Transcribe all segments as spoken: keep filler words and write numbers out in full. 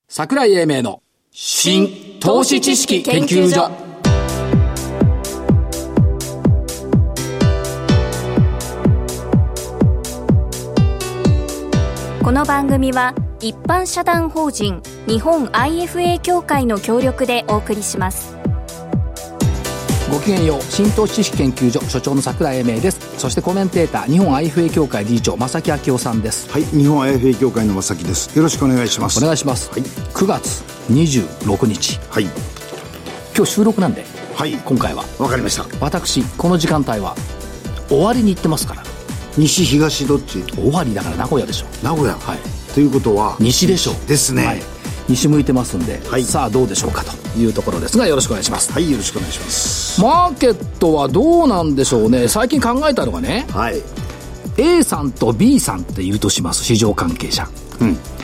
桜井英明の新投資知識研究所。 この番組は一般社団法人日本 アイエフエー 協会の協力でお送りします。 ごきげんよう、新投資知識研究所所長の桜井英明です。そしてコメンテーター、日本 アイエフエー 協会理事長正木昭夫さんです。 はい、日本 アイエフエー 協会の正木です。よろしくお願いします。 お願いします、はい、くがつにじゅうろくにち、はい、今日収録なんで、はい、今回はわかりました。 私この時間帯は終わりに行ってますから。 西東どっち？ 終わりだから名古屋でしょ。 名古屋、 はい、 ということは西でしょですね、はい、 西向いてますんで、はい、さあどうでしょうかというところですが、よろしくお願いします。 はい、よろしくお願いします。 マーケットはどうなんでしょうね。最近考えたのがね、はい、A さんと B さんって言うとします、市場関係者、うん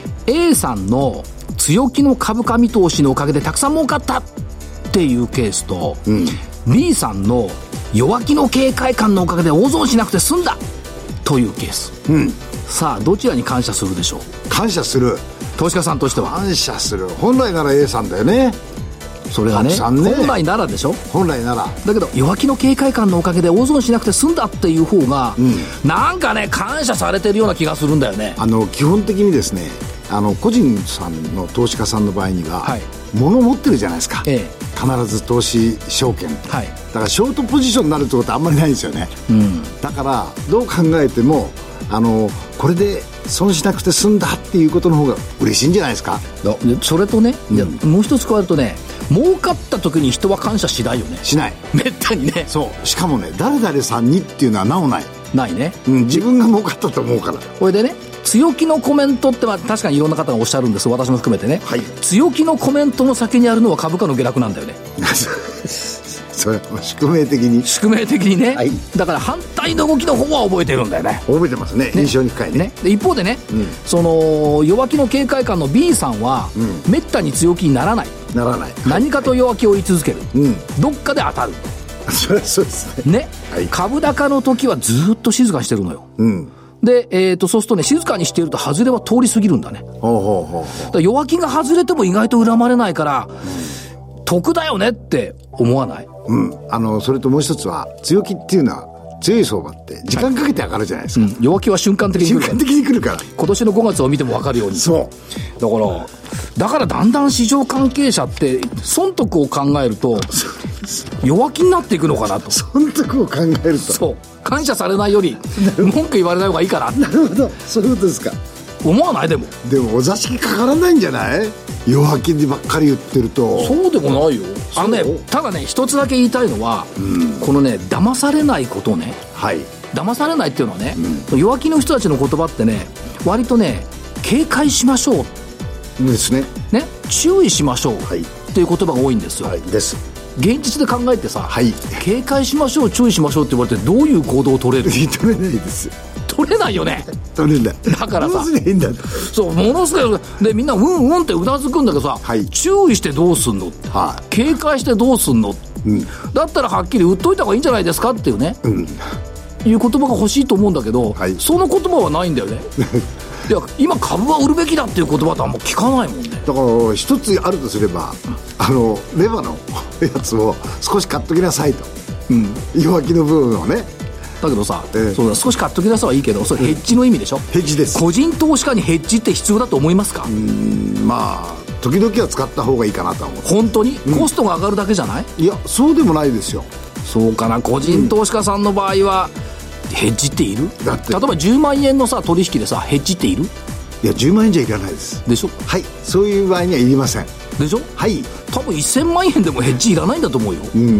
、A さんの強気の株価見通しのおかげでたくさん儲かったっていうケースと、うん、B さんの弱気の警戒感のおかげで大損しなくて済んだというケース、うん、さあどちらに感謝するでしょう。 感謝する。 投資家さんとしては感謝する。本来なら A さんだよね。 それが ね, ね本来ならでしょ。 本来ならだけど弱気の警戒感のおかげで大損しなくて済んだっていう方が、うん、なんかね感謝されてるような気がするんだよね。 あの基本的にですね、あの個人さんの投資家さんの場合には、はい、物を持ってるじゃないですか、ええ、必ず投資証券、はい、だからショートポジションになるってことはあんまりないんですよね、うん、だからどう考えてもあのこれで損しなくて済んだっていうことの方が嬉しいんじゃないですか。 それとね、うん、もう一つ加えるとね、儲かった時に人は感謝しないよね。 しない。 めったにね。 そう。しかもね、誰々さんにっていうのはなおない。 ないね、 うん、自分が儲かったと思うから。 これでね、強気のコメントっては確かにいろんな方がおっしゃるんです、私も含めてね、はい、強気のコメントの先にあるのは株価の下落なんだよね。 それは宿命的に宿命的にね、はい、だから反対の動きの方は覚えてるんだよね。 覚えてますね。印象に深い ね, ねで一方でね、うん、その弱気の警戒感の B さんは、うん、めったに強気にならないならない、 何かと弱気を言い続ける、うん、どっかで当たる。 それはそうですね。 ね、はい、株高の時はずっと静かにしてるのよ、うん、で、えー、とそうするとね、静かにしていると外れは通り過ぎるんだね。ほうほうほうほう。だ弱気が外れても意外と恨まれないから、うん、得だよねって思わない？ うん、あのそれともう一つは、強気っていうのは強い相場って時間かけて上がるじゃないですか、はい、うん、弱気は瞬間的に来るから、 瞬間的に来るから今年のごがつを見ても分かるように。そうだからだからだんだん市場関係者って損得を考えると弱気になっていくのかなと。 損得を考えると、 そう感謝されないより文句言われない方がいいから。 なるほど、そういうことですか。 思わない？でもでもお座敷かからないんじゃない？弱気にばっかり言ってると。 そうでもないよ。あのね、ただね、一つだけ言いたいのは、うん、このね、騙されないことね、はい、騙されないっていうのはね、うん、弱気の人たちの言葉ってね、割とね、警戒しましょうですね、 ね、注意しましょう、はい、っていう言葉が多いんですよ、はい、です。現実で考えてさ、はい、警戒しましょう、注意しましょうって言われてどういう行動を取れる？ 取れないですよ。 取れないよね。 取れない。 だからさ、 ものすごい変だ。 そう、ものすごい。で、みんなうんうんってうなずくんだけどさ、はい、注意してどうすんのって、はい、警戒してどうすんの、うん、だったらはっきり売っといた方がいいんじゃないですかっていうね、うん、いう言葉が欲しいと思うんだけど、はい、その言葉はないんだよね。いや、今株は売るべきだっていう言葉とはもう聞かないもんね。 だから一つあるとすれば、あのレバのやつを少し買っときなさいと、うん、弱気の部分をね。 だけどさ、ええ、そうだ、少し買っときなさはいいけど、それヘッジの意味でしょ。 ヘッジです。 個人投資家にヘッジって必要だと思いますか？うーん、まあ時々は使った方がいいかなと思う。 本当に、うん、コストが上がるだけじゃない？ いや、そうでもないですよ。 そうかな。個人投資家さんの場合は、うん、ヘッジっている？だって例えばじゅうまんえんのさ取引でさ、ヘッジっている？ いや、じゅうまんえんじゃいらないですでしょ。はい、 そういう場合にはいりませんでしょ。はい、多分せんまんえんでもヘッジいらないんだと思うよ。うんうんうん、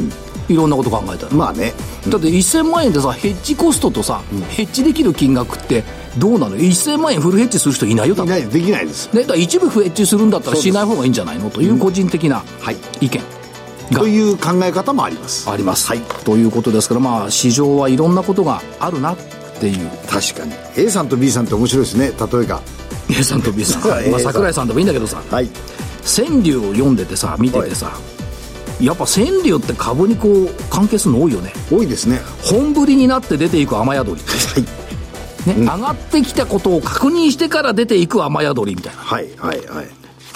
いろんなこと考えたら。 まあね、うん、 だってせんまんえんでさ、ヘッジコストとさ、うん、ヘッジできる金額ってどうなの？せんまんえんフルヘッジする人いないよ。多分いない、できないです、 ね、だから一部ヘッジするんだったらしない方がいいんじゃないのという個人的な意見、 うん、という考え方もありますあります、はい、ということですから、まあ市場はいろんなことがあるなっていう。 確かに A さんと B さんって面白いですね。例えが A さんと B さん、まあ、桜井さんでもいいんだけどさ、はい、川柳を読んでてさ、見ててさ、はい、やっぱ川柳って株にこう関係するの多いよね。 多いですね。 本振りになって出ていく雨宿り、はいね、うん、上がってきたことを確認してから出ていく雨宿りみたいな、 はいはいはい、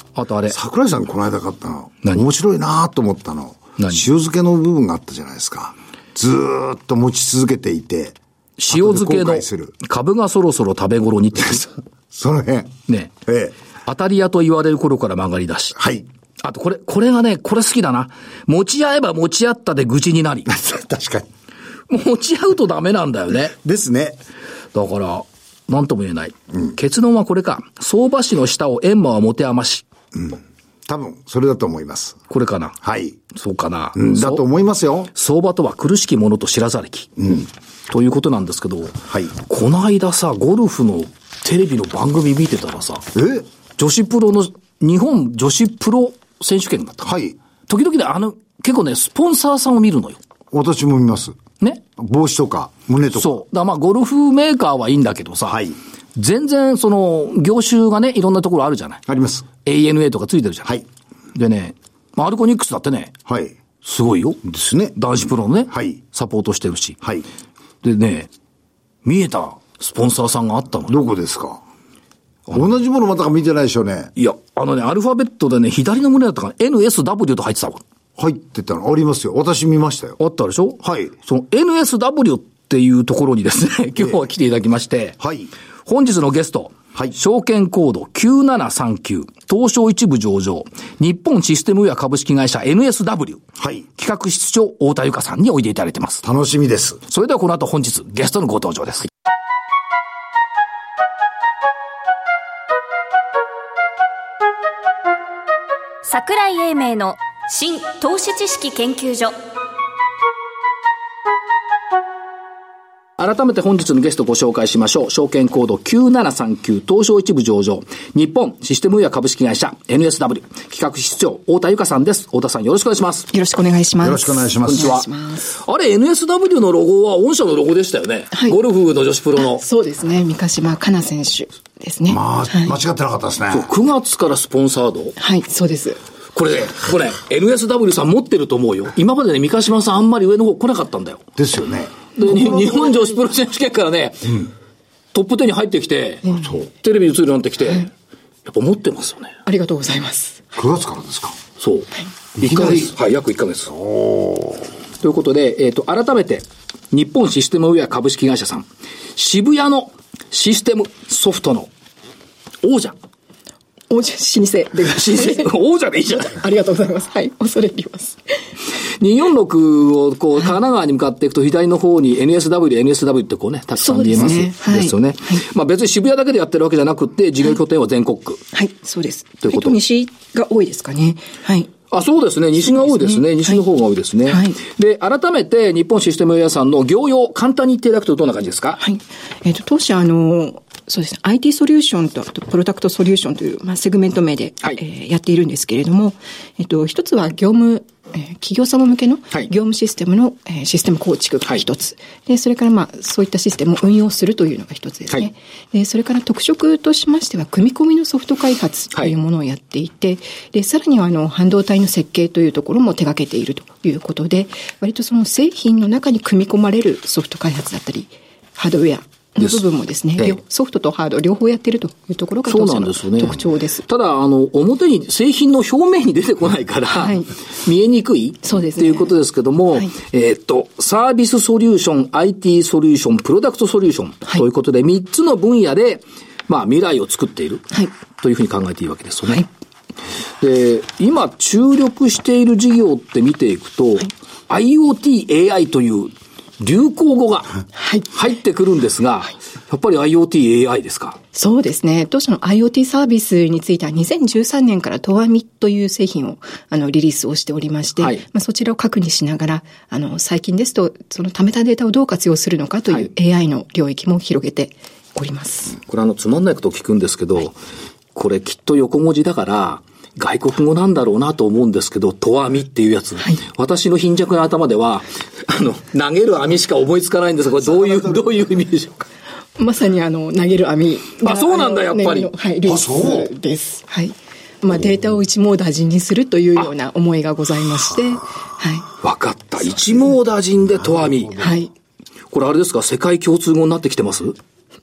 あとあれ。 桜井さんこの間買ったの。面白いなと思ったの。塩漬けの部分があったじゃないですか。ずーっと持ち続けていて。 塩漬けの株がそろそろ食べ頃にってその辺。 ね。ええ。当たり屋と言われる頃から曲がりだし。 はい。 あとこれ、これがね、これ好きだな。持ち合えば持ち合ったで愚痴になり。 確かに。持ち合うとダメなんだよね。 ですね。 だから、なんとも言えない。うん、結論はこれか。相場師の下を閻魔は持て余し。 うん。多分、それだと思います。 これかな。 はい。 そうかな。 うん、だと思いますよ。 相場とは苦しきものと知らざれき。 うん。 ということなんですけど、 はい。 この間さ、ゴルフのテレビの番組見てたらさ、 え女子プロの、日本女子プロ選手権だった。 はい。 時々ね、あの、結構ね、スポンサーさんを見るのよ。 私も見ます。 ね。 帽子とか、胸とか。 そう。だからまあ、ゴルフメーカーはいいんだけどさ、 はい。 全然、その、業種がね、いろんなところあるじゃない。 あります。 エーエヌエー とかついてるじゃない。 はい。 でね、まあ、アルコニックスだってね、 はい。 すごいよ。 ですね。 男子プロのね、 はい。 サポートしてるし。 はい。 でね、見えたスポンサーさんがあったの。 どこですか？同じものまたか見てないでしょうね。 いや、あのね、アルファベットでね、左の胸だったから エヌエスダブリュー と入ってたわ。 入ってたのありますよ。私見ましたよ。 あったでしょ？ はい。 その エヌエスダブリュー っていうところにですね、今日は来ていただきまして、 はい。 本日のゲスト、はい、証券コードきゅうななさんきゅう、東証一部上場、日本システムウェア株式会社 エヌエスダブリュー、 はい、 企画室長太田由香さんにおいでいただいてます。 楽しみです。 それではこの後本日ゲストのご登場です。 桜井英明の新投資知識研究所。 改めて本日のゲストをご紹介しましょう。証券コードきゅうななさんきゅう、東証一部上場、日本システムウェア株式会社 エヌエスダブリュー 企画室長太田由香さんです。太田さんよろしくお願いします。 よろしくお願いします。 よろしくお願いします。 こんにちは。あれ エヌエスダブリュー のロゴは御社のロゴでしたよね。はい、ゴルフの女子プロの。 そうですね。三ヶ島かな選手ですね。 まあ、はい、間違ってなかったですね。 そう、くがつからスポンサード。 はい、そうです。 これね、これね、エヌエスダブリュー さん持ってると思うよ。今までね、三ヶ島さんあんまり上の方来なかったんだよ。 ですよね。 で日本女子プロ選手権からね、うん、トップじゅうに入ってきて、うん、テレビに映るようになってきて、うん、やっぱ持ってますよね。 ありがとうございます。 くがつからですか。 そう。はい、いっかげつ。はい、約いっかげつ。ということで、えっと、改めて、日本システムウェア株式会社さん、渋谷のシステムソフトの王者。 王者、老舗で。 老舗。王者でいいじゃない。 ありがとうございます。はい。恐れ入ります。 にひゃくよんじゅうろくをこう、神奈川に向かっていくと左の方に エヌエスダブリュー、エヌエスダブリュー ってこうね、たくさん見えます。ですね。ですよね。はい、まあ別に渋谷だけでやってるわけじゃなくて、事業拠点は全国区。 はい、はい、そうです。ということ。西が多いですかね。はい。 あ、そうですね。西が多いですね。西の方が多いですね。はい。で、改めて日本システムウェアさんの業用、簡単に言っていただくとどんな感じですか？ はい。えっと、当社あの、そうですね。アイティー ソリューションと、あと、プロダクトソリューションという、まあ、セグメント名で、はい、えー、やっているんですけれども、えっと、一つは業務、えー、企業様向けの業務システムの、はい、えー、システム構築が一つ、はい。で、それからまあ、そういったシステムを運用するというのが一つですね。はい、で、それから特色としましては、組み込みのソフト開発というものをやっていて、はい、で、さらにはあの、半導体の設計というところも手掛けているということで、割とその製品の中に組み込まれるソフト開発だったり、ハードウェア、の部分もですね、ええ、ソフトとハード両方やっているというところが当社の特徴です。 そうなんですね。ただ、あの、表に、製品の表面に出てこないから、はい、見えにくいそうですね。ということですけども、はい、えー、っと、サービスソリューション、アイティー ソリューション、プロダクトソリューションということで、みっつの分野で、まあ、未来を作っている、はい、というふうに考えていいわけですよね。はい、で、今、注力している事業って見ていくと、はい、IoT、エーアイ という、流行語が入ってくるんですが、はい、やっぱり IoT、エーアイ ですか？ そうですね。当社の IoT サービスについてはにせんじゅうさんねんからトワミという製品をあのリリースをしておりまして、はい、まあ、そちらを確認しながら、あの最近ですとその貯めたデータをどう活用するのかという エーアイ の領域も広げております。 これあのつまんないことを聞くんですけど、はい、これきっと横文字だから外国語なんだろうなと思うんですけど、とわみっていうやつ。はい、私の貧弱な頭では、あの、投げる網しか思いつかないんですが、これどういう、どういう意味でしょうか？ まさにあの、投げる網が。 あ、そうなんだ、やっぱり。 はい、ルーツです。はい。まあ、データを一網打尽にするというような思いがございまして、はい。 わかった。一網打尽でとわみ。 はい。 これあれですか、世界共通語になってきてます？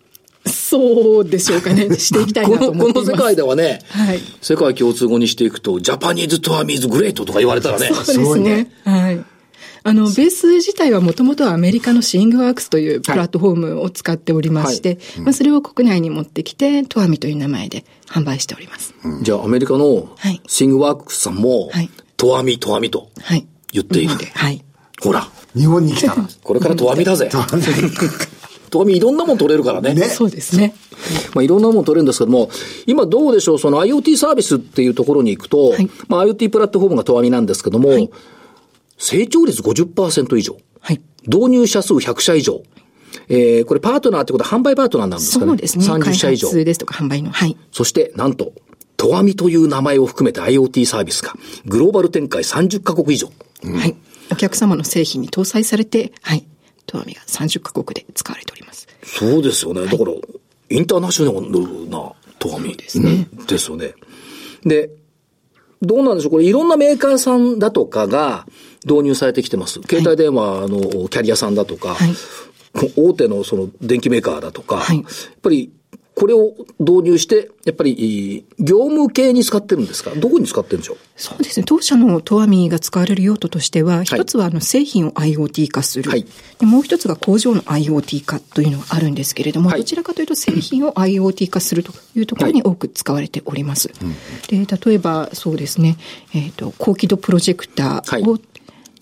そうでしょうかね。していきたいなと思っています。 この、この世界ではね、 はい、 世界共通語にしていくと、ジャパニーズトワミーズグレートとか言われたらね。 そうですね。はい。あの、ベース自体はもともとはアメリカのシングワークスというプラットフォームを使っておりまして、はいはい、まあ、それを国内に持ってきて、トワミという名前で販売しております。 うん、じゃあ、アメリカのシングワークスさんも、はい、トワミ、トワミと言っている。 はい。 ほら、日本に来たら。 これからトワミだぜ。トワミいろんなもん取れるからね。ね。 そうですね。 まあいろんなもん取れるんですけども、今どうでしょう、その IoT サービスっていうところに行くと、はい、まあ IoT プラットフォームがトワミなんですけども、はい、成長率 ごじゅっパーセント 以上。はい。導入者数ひゃくしゃ以上。えー、これパートナーってことは販売パートナーなんですかね。 そうですね。 さんじゅっしゃ以上。 開発ですとか販売の。はい。 そしてなんと、トワミという名前を含めて IoT サービスがグローバル展開さんじゅっかこく以上。 うん、はい。お客様の製品に搭載されて、はい。トワミがさんじゅっかこくで使われております。 そうですよね。だから、はい、インターナショナルなトワミですね。ですよね。で、どうなんでしょう、これいろんなメーカーさんだとかが導入されてきてます。携帯電話のキャリアさんだとか、はい、大手のその電機メーカーだとか、はい、やっぱりこれを導入して、やっぱり業務系に使ってるんですか？どこに使ってるんでしょう？ そうですね。当社のトワミが使われる用途としては、一つはあの製品を IoT 化する、はい、でもう一つが工場の IoT 化というのがあるんですけれども、はい、どちらかというと製品を IoT 化するというところに多く使われております。はい、で例えばそうですね、えっと高輝度プロジェクターを、はい、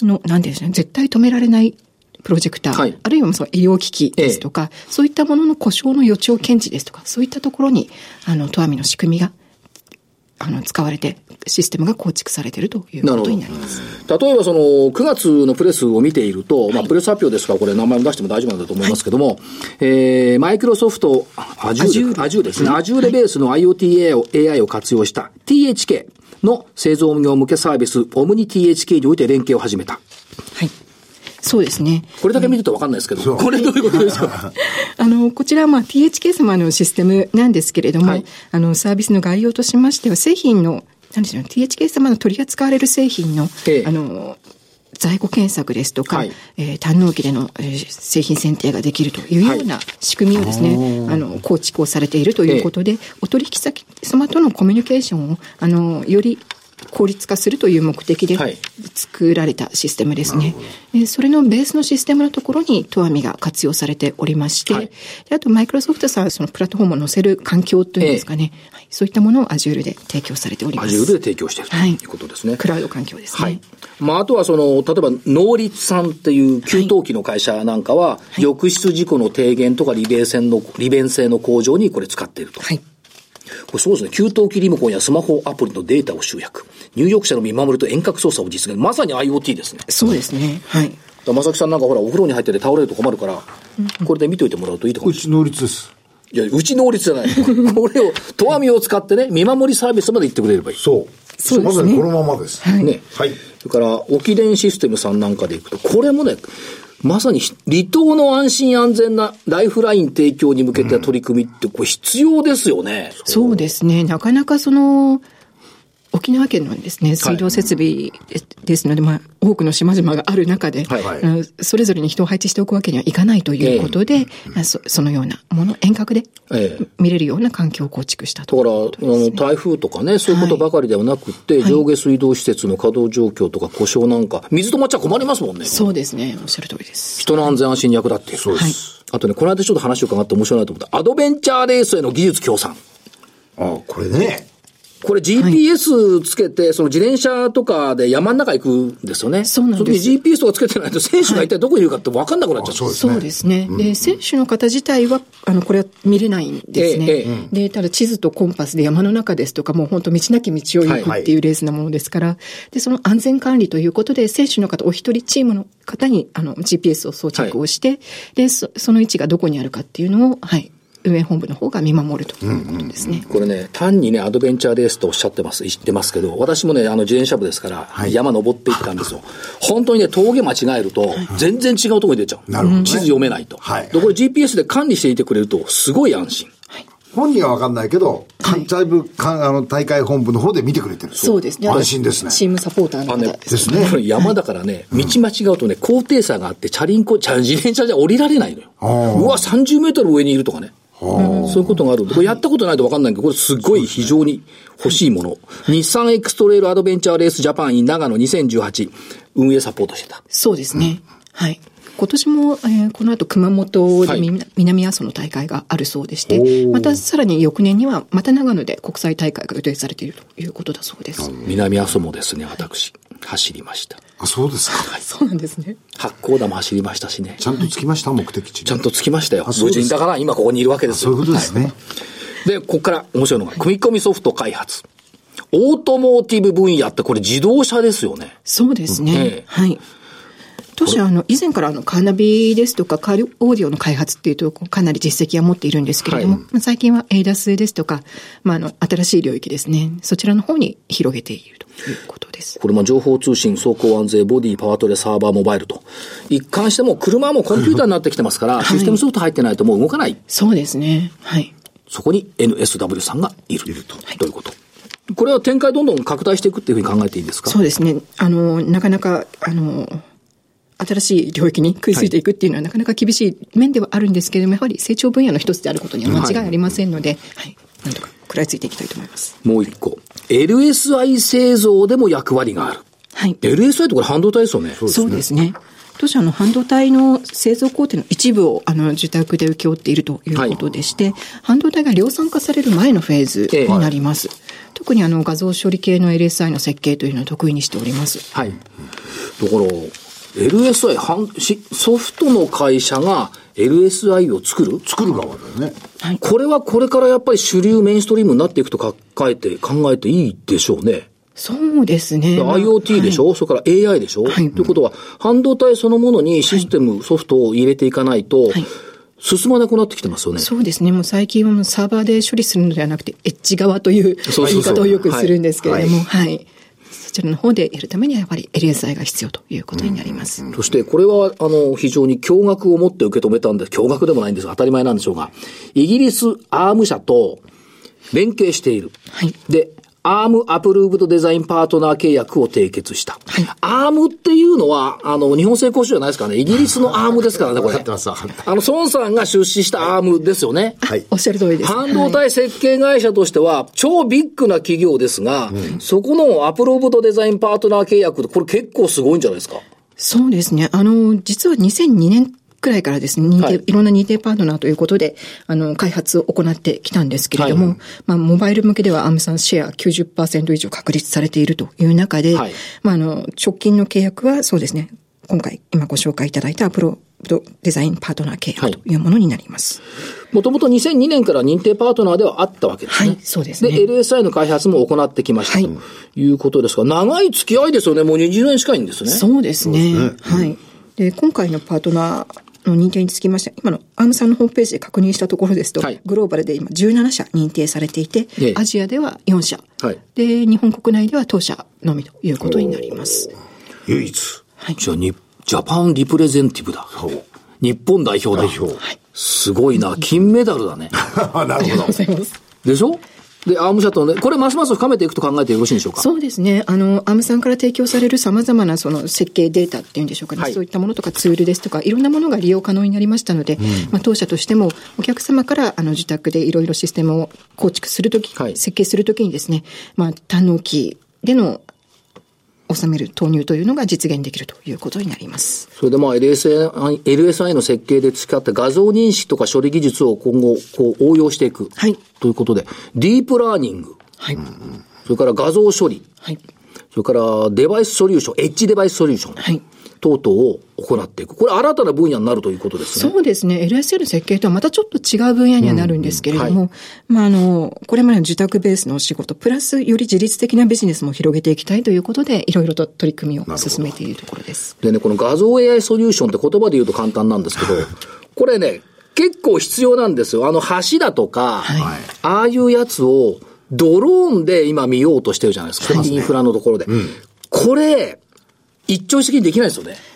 の何ですね、絶対止められないプロジェクター、はい、あるいはその医療機器ですとか、ええ、そういったものの故障の予兆検知ですとか、そういったところにあのトワミの仕組みがあの使われて、システムが構築されているということになります。 例えばそのくがつのプレスを見ていると、はい、まあ、プレス発表ですからこれ名前を出しても大丈夫なんだと思いますけども、はい、えー、マイクロソフトアジュール、アジュールですね、アジュールベースの IoT を エーアイ を活用した ティーエイチケー の製造業向けサービスオムニ ティーエイチケー において連携を始めた。 はい。そうですね。 これだけ見ると分かんないですけど、うん、これどういうことですか？ あの、こちらはまあ ティーエイチケー 様のシステムなんですけれども、はい、あの、サービスの概要としましては、製品の、何でしょう、ティーエイチケー 様の取り扱われる製品の、ええ、あの、在庫検索ですとか、はい、えー、単納期での、えー、製品選定ができるというような仕組みをですね、はい、あの、構築をされているということで、ええ、お取引先様とのコミュニケーションを、あの、より効率化するという目的で作られたシステムですね。はい、それのベースのシステムのところにトワミが活用されておりまして、はい、であとマイクロソフトさんはそのプラットフォームを載せる環境というんですかね、えーはい、そういったものを Azure で提供されております。 Azure で提供しているということですね。はい、 クラウド環境ですね。はい、 まあ、あとはその例えば能率さんっていう給湯器の会社なんかは、はい、浴室事故の低減とか利便性の利便性の向上にこれ使っていると。はい、これそうですね。給湯器リモコンやスマホアプリのデータを集約。入浴者の見守りと遠隔操作を実現。まさに IoT ですね。 そうですね。はい。 だまさきさんなんかほらお風呂に入ってて倒れると困るから、うん、これで見といてもらうといいと思います。 うち能率です。 いや、うち能率じゃない。これを、トワミを使ってね、見守りサービスまで言ってくれればいい。 そう。そうですね。まさにこのままです。 はい。ね。はい。それから、沖電システムさんなんかでいくと、これもね、まさに離島の安心安全なライフライン提供に向けた取り組みってこれ必要ですよね。 うん、そうですね。なかなかその沖縄県のですね、水道設備ですので、はい、まあ多くの島々がある中で、はいはい、それぞれに人を配置しておくわけにはいかないということで、えー、そ, そのようなもの遠隔で見れるような環境を構築したということですね。 だからあの台風とかね、そういうことばかりではなくて、はい、上下水道施設の稼働状況とか故障なんか、水止まっちゃ困りますもんね。 そうですね。おっしゃる通りです。 人の安全安心に役立っている。そうです。はい、あとね、この間ちょっと話を伺って面白いなと思った。アドベンチャーレースへの技術協賛。 ああ、これね。 これ ジーピーエス つけて、はい、その自転車とかで山の中行くんですよね。 そうなんです。 それで ジーピーエス とかつけてないと選手が一体どこにいるかって分かんなくなっちゃう。 はい、そうですね。そうですね。で、選手の方自体は、あの、これは見れないんですね。えええ、で、ただ地図とコンパスで山の中ですとか、もう本当道なき道を行くっていうレースなものですから、はいはい、で、その安全管理ということで、選手の方、お一人チームの方に、あの、ジーピーエス を装着をして、はい、でそ、その位置がどこにあるかっていうのを、はい。運営本部の方が見守るということですね。 うんうん、これね、単にね、アドベンチャーレースとおっしゃってます、言ってますけど、私もね、あの、自転車部ですから、はい、山登っていったんですよ。本当にね、峠間違えると、全然違うところに出ちゃう。なるほど、ね。地図読めないと。はい。で、これ ジーピーエス で管理していてくれると、すごい安心。はい。 本人は分かんないけど、はい、だいぶあの大会本部の方で見てくれてる。 そうですね。 安心ですね。 チームサポーターの方ですね。 ですね。山だからね、道間違うとね、高低差があって、チャリンコ、チャ自転車じゃ降りられないのよ。うわ、さんじゅうメートル上にいるとかね。 そういうことがあるんで、これやったことないと分かんないけど、これすごい非常に欲しいもの。ね、日産エクストレイルアドベンチャーレースジャパン in 長野にせんじゅうはち運営サポートしてた。 そうですね。うん、はい。今年も、えー、この後熊本で、はい、南阿蘇の大会があるそうでして、またさらに翌年にはまた長野で国際大会が予定されているということだそうです。 南阿蘇もですね、私、走りました。 あ、そうですか。 はい、そうなんですね。 八甲田も走りましたしね。 ちゃんと着きました、目的地に。 ちゃんと着きましたよ。無人だから今ここにいるわけですよ。 そういうことですね。 はい、で、ここから面白いのが、組み込みソフト開発。オートモーティブ分野ってこれ自動車ですよね。 そうですね。ええ、はい。当社はあの以前からあのカーナビですとかカーオーディオの開発っていうとかなり実績は持っているんですけれども、はい、最近は エーダス ですとか、まあ、あの新しい領域ですね、そちらの方に広げているということです。 これも情報通信、走行安全、ボディ、パワートレ、サーバー、モバイルと一貫しても車もコンピューターになってきてますから、はい、システムソフト入ってないともう動かない。 そうですね。はい。 そこに エヌエスダブリュー さんがいる、いると、はい、ということ。これは展開どんどん拡大していくっていうふうに考えていいですか？ そうですね。あのなかなかあの新しい領域に食いついていくっていうのはなかなか厳しい面ではあるんですけれども、やはり成長分野の一つであることには間違いありませんので、はい、はい、なんとか食らいついていきたいと思います。 もう一個、エルエスアイ 製造でも役割がある。はい。エルエスアイ ってこれ半導体ですよね。 そうですね。当社の半導体の製造工程の一部をあの受託で請け負っているということでして、はい、半導体が量産化される前のフェーズになります。ええ、特にあの画像処理系の エルエスアイ の設計というのを得意にしております。 はい。だから、エルエスアイ ソフトの会社が エルエスアイ を作る作る側だよね。 はい。これはこれからやっぱり主流メインストリームになっていくと考えて、考えていいでしょうね。 そうですね。 IoT でしょ、はい、それから エーアイ でしょ、はい、ということは、半導体そのものにシステム、はい、ソフトを入れていかないと、はい、進まなくなってきてますよね。 そうですね。もう最近はもうサーバーで処理するのではなくて、エッジ側という言い方をよくするんですけれども、はい。はい、そちらの方でやるためにはやっぱり エルエスアイ が必要ということになります。 うん、そしてこれは、あの、非常に驚愕を持って受け止めたんです。驚愕でもないんですが、当たり前なんでしょうが、イギリスアーム社と連携している。はい。で、アームアプルーブドデザインパートナー契約を締結した。はい、アームっていうのは、あの、日本製鋼種じゃないですかね。イギリスのアームですからね、これ。あの、孫さんが出資したアームですよね。 はい。おっしゃる通りです。 半導体設計会社としては、超ビッグな企業ですが、うん、そこのアプルーブドデザインパートナー契約、これ結構すごいんじゃないですか。 そうですね。あの、実はにせんにねんくらいからですね、認定、はい、いろんな認定パートナーということで、あの、開発を行ってきたんですけれども、はい、まあ、モバイル向けではアームさんシェア きゅうじゅっパーセント 以上確立されているという中で、はい、まあ、あの、直近の契約はそうですね、今回、今ご紹介いただいたアプロデザインパートナー契約というものになります。 もともとにせんにねんから認定パートナーではあったわけですね。 はい、そうですね。 で、エルエスアイ の開発も行ってきました、はい、ということですが、長い付き合いですよね。もうにじゅうねん近いんですね。 そうですね。そうですね。はい。で、今回のパートナー、の認定につきまして、今のアームさんのホームページで確認したところですと、はい、グローバルで今じゅうななしゃ認定されていて、ええ、アジアではよんしゃ、はい、で、日本国内では当社のみということになります。 唯一。 はい、じゃあに、ジャパンリプレゼンティブだ。日本代表だ。代表。はい、すごいな。金メダルだね。 なるほど。ありがとうございます。 でしょ？で、アーム社とね、これますます深めていくと考えてよろしいんでしょうか？ そうですね。あの、アームさんから提供される様々なその設計データっていうんでしょうかね。はい、そういったものとかツールですとか、いろんなものが利用可能になりましたので、うん、まあ、当社としてもお客様からあの自宅でいろいろシステムを構築するとき、はい、設計するときにですね、まあ、単納期での収める投入というのが実現できるということになります。 それでまあ エルエスアイ、エルエスアイ の設計で使った画像認識とか処理技術を今後こう応用していく、はい、ということで、ディープラーニング、はい、それから画像処理、はい、それからデバイスソリューション、エッジデバイスソリューション、はい、等々を行っていく。これ新たな分野になるということですね。 そうですね。エルエスアイ の設計とはまたちょっと違う分野にはなるんですけれども、うんうん、はい、まあ、あの、これまでの受託ベースのお仕事、プラスより自律的なビジネスも広げていきたいということで、いろいろと取り組みを進めているところです。 でね、この画像 エーアイ ソリューションって言葉で言うと簡単なんですけど、これね、結構必要なんですよ。あの橋だとか、はい、ああいうやつをドローンで今見ようとしてるじゃないですか。はい、インフラのところで。うん、これ、一朝一夕にできないですよね。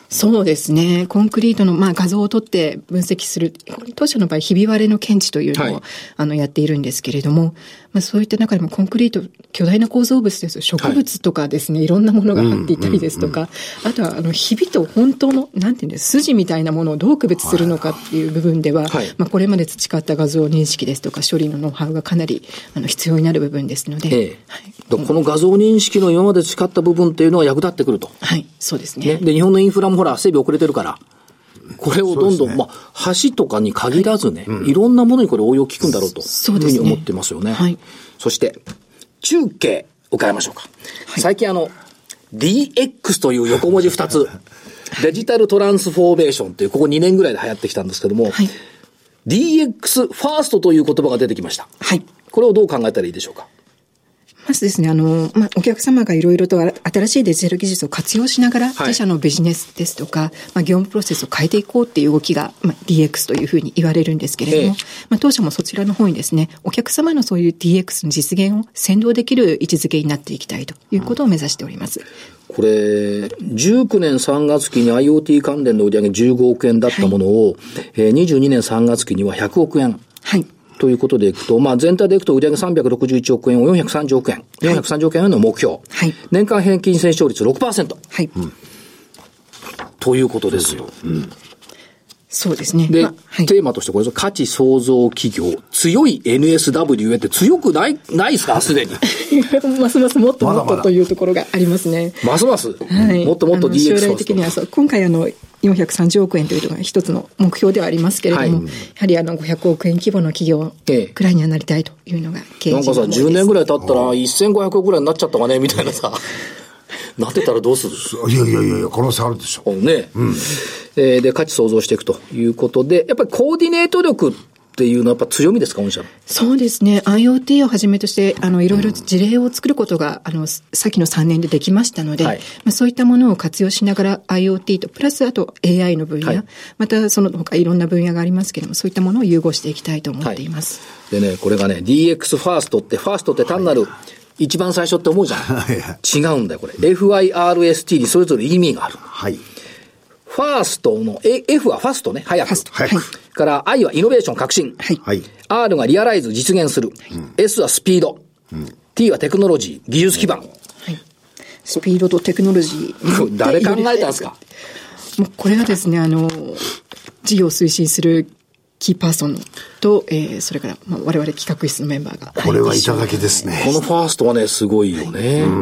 そうですね。コンクリートの、まあ、画像を撮って分析する。当社の場合、ひび割れの検知というのを、はい、あの、やっているんですけれども、まあ、そういった中でもコンクリート、巨大な構造物ですよ。植物とかですね、はい、いろんなものが入っていたりですとか、うんうんうん、あとは、あの、ひびと本当の、なんていうんです、筋みたいなものをどう区別するのかっていう部分では、はい、まあ、これまで培った画像認識ですとか、処理のノウハウがかなり、あの、必要になる部分ですので、ええ、はい、 この画像認識の今まで培った部分っていうのは役立ってくると。 はい、そうですね。 ね、で、日本のインフラもほら、整備遅れてるから、これをどんどん、ね、まあ、橋とかに限らずね、はい、うん、いろんなものにこれ応用効くんだろうと、いうふうに思ってますよね。はい。そして、中継、伺いましょうか。はい、最近あの、ディーエックス という横文字ふたつ、デジタルトランスフォーメーションという、ここにねんぐらいで流行ってきたんですけども、はい、ディーエックス ファーストという言葉が出てきました。はい。これをどう考えたらいいでしょうか。 まずですね、あの、まあ、お客様がいろいろと新しいデジタル技術を活用しながら、はい、自社のビジネスですとか、まあ、業務プロセスを変えていこうっていう動きが、まあ、ディーエックス というふうに言われるんですけれども、ええ、まあ、当社もそちらの方にですね、お客様のそういう ディーエックス の実現を先導できる位置づけになっていきたいということを目指しております。 うん、これ、じゅうきゅうねんさんがつ期に IoT 関連の売上じゅうごおくえんだったものを、はい、えー、にじゅうにねんさんがつ期にはひゃくおくえん。はい。ということでいくと、まあ全体でいくと売上さんびゃくろくじゅういちおくえんをよんひゃくさんじゅうおくえん。よんひゃくさんじゅうおくえんの目標。はい。年間平均成長率 ろくパーセント。はい。うん、ということですよ。うん。 そうですね。 で、まあはい、テーマとしてこれ、価値創造企業、強い エヌエスダブリュー って強くない、ないですかすでに。 ますますもっともっとというところがありますね。 ますます、はい、もっともっと ディーエックス将来的にはそう、今回あの、よんひゃくさんじゅうおくえんというのが一つの目標ではありますけれども、はい、やはりあのごひゃくおくえん規模の企業くらいにはなりたいというのが経営陣の思いです。 なんかさ、じゅうねんぐらい経ったらせんごひゃくおくぐらいになっちゃったわね、みたいなさ。なってたらどうする？ いやいやいやいや、可能性あるでしょ。 ね。うん。えー、で、価値創造していくということで、やっぱりコーディネート力っていうのはやっぱ強みですか、御社の。 そうですね。IoT をはじめとして、あの、いろいろ事例を作ることが、あの、先のさんねんでできましたので、はい、まあ、そういったものを活用しながら IoT と、プラスあと エーアイ の分野、はい、またその他いろんな分野がありますけれども、そういったものを融合していきたいと思っています。 はい、でね、これがね、ディーエックス ファーストって、ファーストって単なる、はい、一番最初って思うじゃん。違うんだよ、これ。エフアイアールエスティー にそれぞれ意味がある。はい。ファーストの、F はファストね、早く。はい。から I はイノベーション、革新。はい。R がリアライズ、実現する。はい、S はスピード。うん、T はテクノロジー、技術基盤。はい。 スピードとテクノロジー。 誰考えたんですか？ もうこれはですね、あの、事業を推進するキーパーソンと、えー、それから、まあ、我々企画室のメンバーが。 これはいただきですね。 このファーストはね、すごいよね。はい、うん。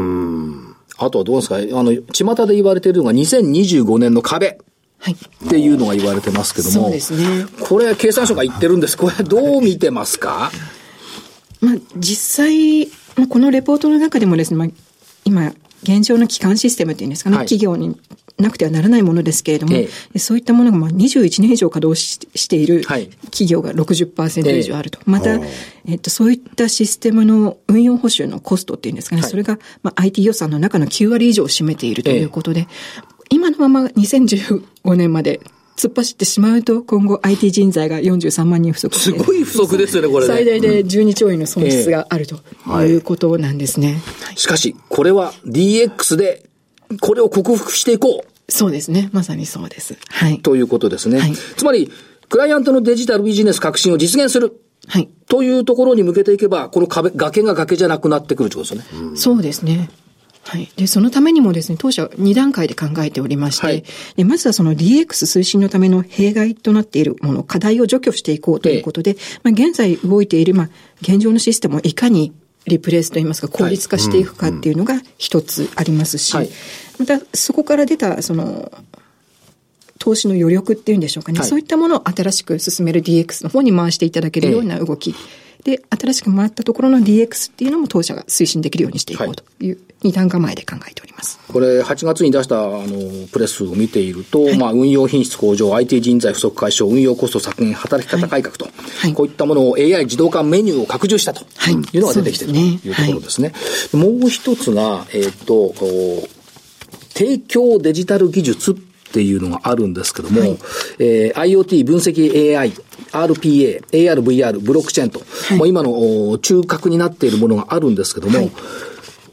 あとはどうですか？あの、巷で言われているのがにせんにじゅうごねんの壁。はい。っていうのが言われてますけども。 そうですね。 これ、経産省が言ってるんです。これ、どう見てますか？ まあ、実際、まあ、このレポートの中でもですね、まあ、今、現状の基幹システムっていうんですかね、はい、企業になくてはならないものですけれども、ええ、そういったものがまあにじゅういちねん以上稼働 し, している企業が ろくじゅっパーセント 以上あると。ええ、また、えっと、そういったシステムの運用補修のコストっていうんですかね、はい、それがまあ アイティー 予算の中のきゅうわり以上を占めているということで、ええ、今のままにせんじゅうごねんまで突っ走ってしまうと、今後 アイティー 人材がよんじゅうさんまんにん不足して。 すごい不足ですよね、これね。 最大でじゅうにちょうえんの損失があるということなんですね。 えーはい、しかし、これは ディーエックス で、これを克服していこう。 そうですね。まさにそうです。はい。 ということですね。はい、つまり、クライアントのデジタルビジネス革新を実現する。はい。というところに向けていけば、この壁、崖が崖じゃなくなってくるということですよね。 うん、そうですね。はい。で、そのためにもですね、当社にだんかいで考えておりまして、はい、でまずはその ディーエックス 推進のための弊害となっているもの、課題を除去していこうということで、ええ、まあ、現在動いている、まあ、現状のシステムをいかにリプレイスといいますか、効率化していくかっていうのが一つありますし、はいうんうん、またそこから出た、その、投資の余力っていうんでしょうかね、はい、そういったものを新しく進める ディーエックス の方に回していただけるような動き。ええで、新しく回ったところの ディーエックス っていうのも当社が推進できるようにしていこうという二段構えで考えております。 これはちがつに出したあのプレスを見ていると、はい、まあ運用品質向上、アイティー 人材不足解消、運用コスト削減、働き方改革と、はい、こういったものを エーアイ 自動化メニューを拡充したというのが出てきているというところですね。はい、もう一つが、えっと、提供デジタル技術っていうのがあるんですけども、はい、えー、IoT 分析 エーアイ、アールピーエー、エーアール、ブイアール、ブロックチェーンと、はい、もう今の中核になっているものがあるんですけども、はい、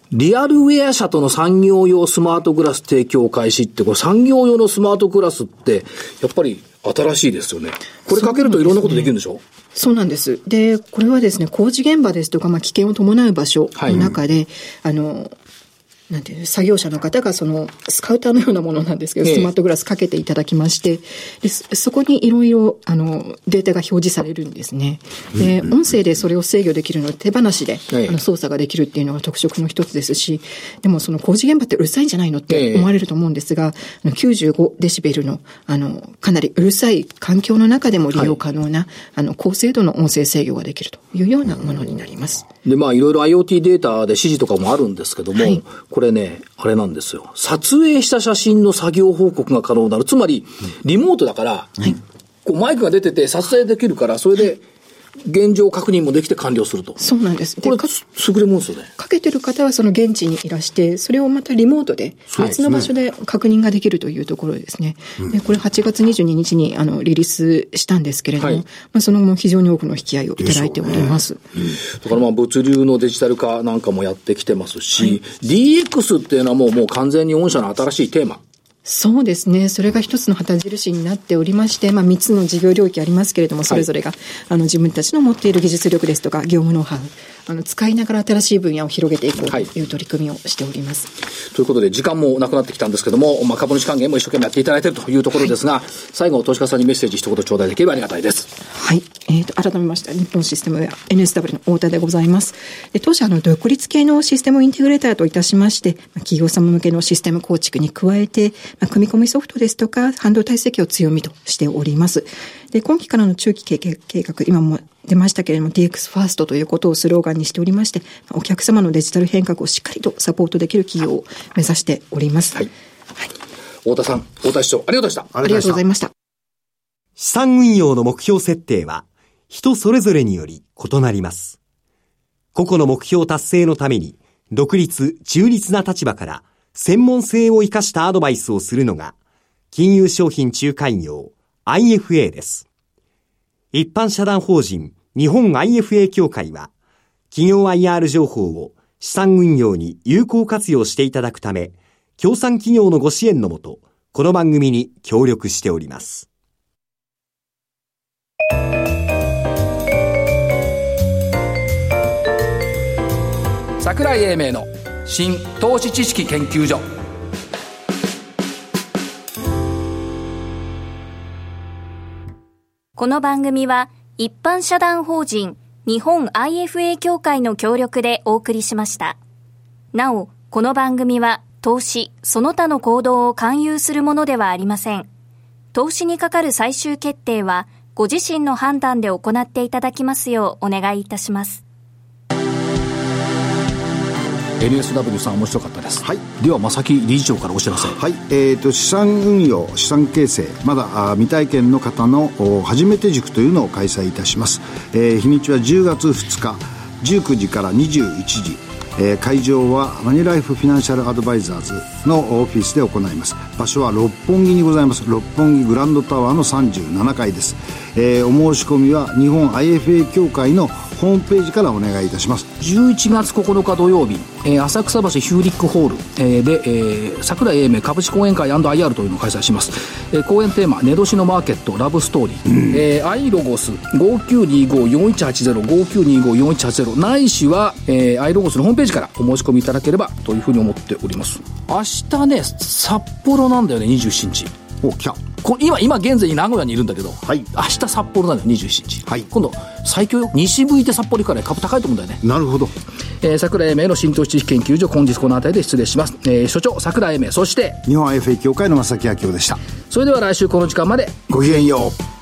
リアルウェア社との産業用スマートグラス提供開始って、これ産業用のスマートグラスって、やっぱり新しいですよね。これかけるといろんなことできるんでしょ？ そうなんです。で、これはですね、工事現場ですとか、まあ、危険を伴う場所の中で、はい、あの、なんていう作業者の方がそのスカウターのようなものなんですけど、スマートグラスかけていただきまして、でそこにいろいろあのデータが表示されるんですね。で、音声でそれを制御できるので手放しで、あの操作ができるっていうのが特色の一つですし、でもその工事現場ってうるさいんじゃないのって思われると思うんですが、あのきゅうじゅうごデシベルのあのかなりうるさい環境の中でも利用可能な、はい、あの高精度の音声制御ができるというようなものになります。 で、まあいろいろ IoT データで指示とかもあるんですけども、はい、これね、あれなんですよ。撮影した写真の作業報告が可能になる。つまり、リモートだから、はい、こうマイクが出てて撮影できるから、それで現状確認もできて完了すると。 そうなんです。 これ、優れもんですよね。 かけてる方はその現地にいらして、それをまたリモートで、別の場所で確認ができるというところですね。で、ね、これはちがつにじゅうににちにあのリリースしたんですけれども、はい、まあ、その後も非常に多くの引き合いをいただいております。 ね、うん、だからまあ物流のデジタル化なんかもやってきてますし、はい、ディーエックス っていうのはもう、もう完全に御社の新しいテーマ。 そうですね。それが一つの旗印になっておりまして、まあ三つの事業領域ありますけれども、それぞれが、はい、あの自分たちの持っている技術力ですとか、業務ノウハウ、あの使いながら新しい分野を広げていこうという取り組みをしております。 はい、ということで、時間もなくなってきたんですけども、まあ株主還元も一生懸命やっていただいているというところですが、はい、最後、投資家さんにメッセージ一言頂戴できればありがたいです。 はい。えっと、改めまして、日本システムウェア エヌエスダブリュー の太田でございます。で、当社、あの、独立系のシステムインテグレーターといたしまして、企業様向けのシステム構築に加えて、まあ、組み込みソフトですとか、半導体設計を強みとしております。で、今期からの中期計画、今も出ましたけれども、ディーエックス ファーストということをスローガンにしておりまして、お客様のデジタル変革をしっかりとサポートできる企業を目指しております。はい。 はい、太田さん、太田市長、ありがとうございました。 ありがとうございました。 資産運用の目標設定は、人それぞれにより異なります。個々の目標達成のために、独立、中立な立場から、専門性を生かしたアドバイスをするのが、金融商品仲介業 アイエフエー です。一般社団法人日本 アイエフエー 協会は、企業 アイアール 情報を資産運用に有効活用していただくため、協賛企業のご支援のもと、この番組に協力しております。 櫻井英明の新投資知識研究所。 この番組は一般社団法人日本 アイエフエー 協会の協力でお送りしました。なお、この番組は投資その他の行動を勧誘するものではありません。投資にかかる最終決定はご自身の判断で行っていただきますようお願いいたします。 エヌエスダブリュー さん面白かったです。 はい、 では正木理事長からお知らせ。 はい、えーと、資産運用資産形成まだ未体験の方の初めて塾というのを開催いたします。えー、日にちはじゅうがつふつかじゅうくじからにじゅういちじ、えー、会場はマニーライフフィナンシャルアドバイザーズのオフィスで行います。場所は六本木にございます。六本木グランドタワーのさんじゅうななかいです。えー、お申し込みは日本 アイエフエー 協会のホームページからお願いいたします。 じゅういちがつここのか土曜日、えー、浅草橋ヒューリックホール、えー、で、えー、櫻井英明株式講演会 アンドアイアール というのを開催します。えー、講演テーマ、寝年のマーケットラブストーリー、うん、えー、アイロゴス ごきゅうにごよんいちはちゼロ ごきゅうにごよんいちはちゼロ ないしは、えー、アイロゴスのホームページからお申し込みいただければというふうに思っております。明日ね、札幌なんだよね、にじゅうしちにち。 お、来た。 今、今現在に名古屋にいるんだけど、 はい、 明日札幌なんだよ、にじゅうしちにち。 はい、 今度、最強よ。西向いて札幌行くから株高いと思うんだよね。 なるほど。 えー、桜井英明の新投資知識研究所、本日この辺りで失礼します。えー、所長、桜井英明、そして、 日本 アイエフエー 協会の正木明夫でした。 それでは来週この時間まで、 ごきげんよう。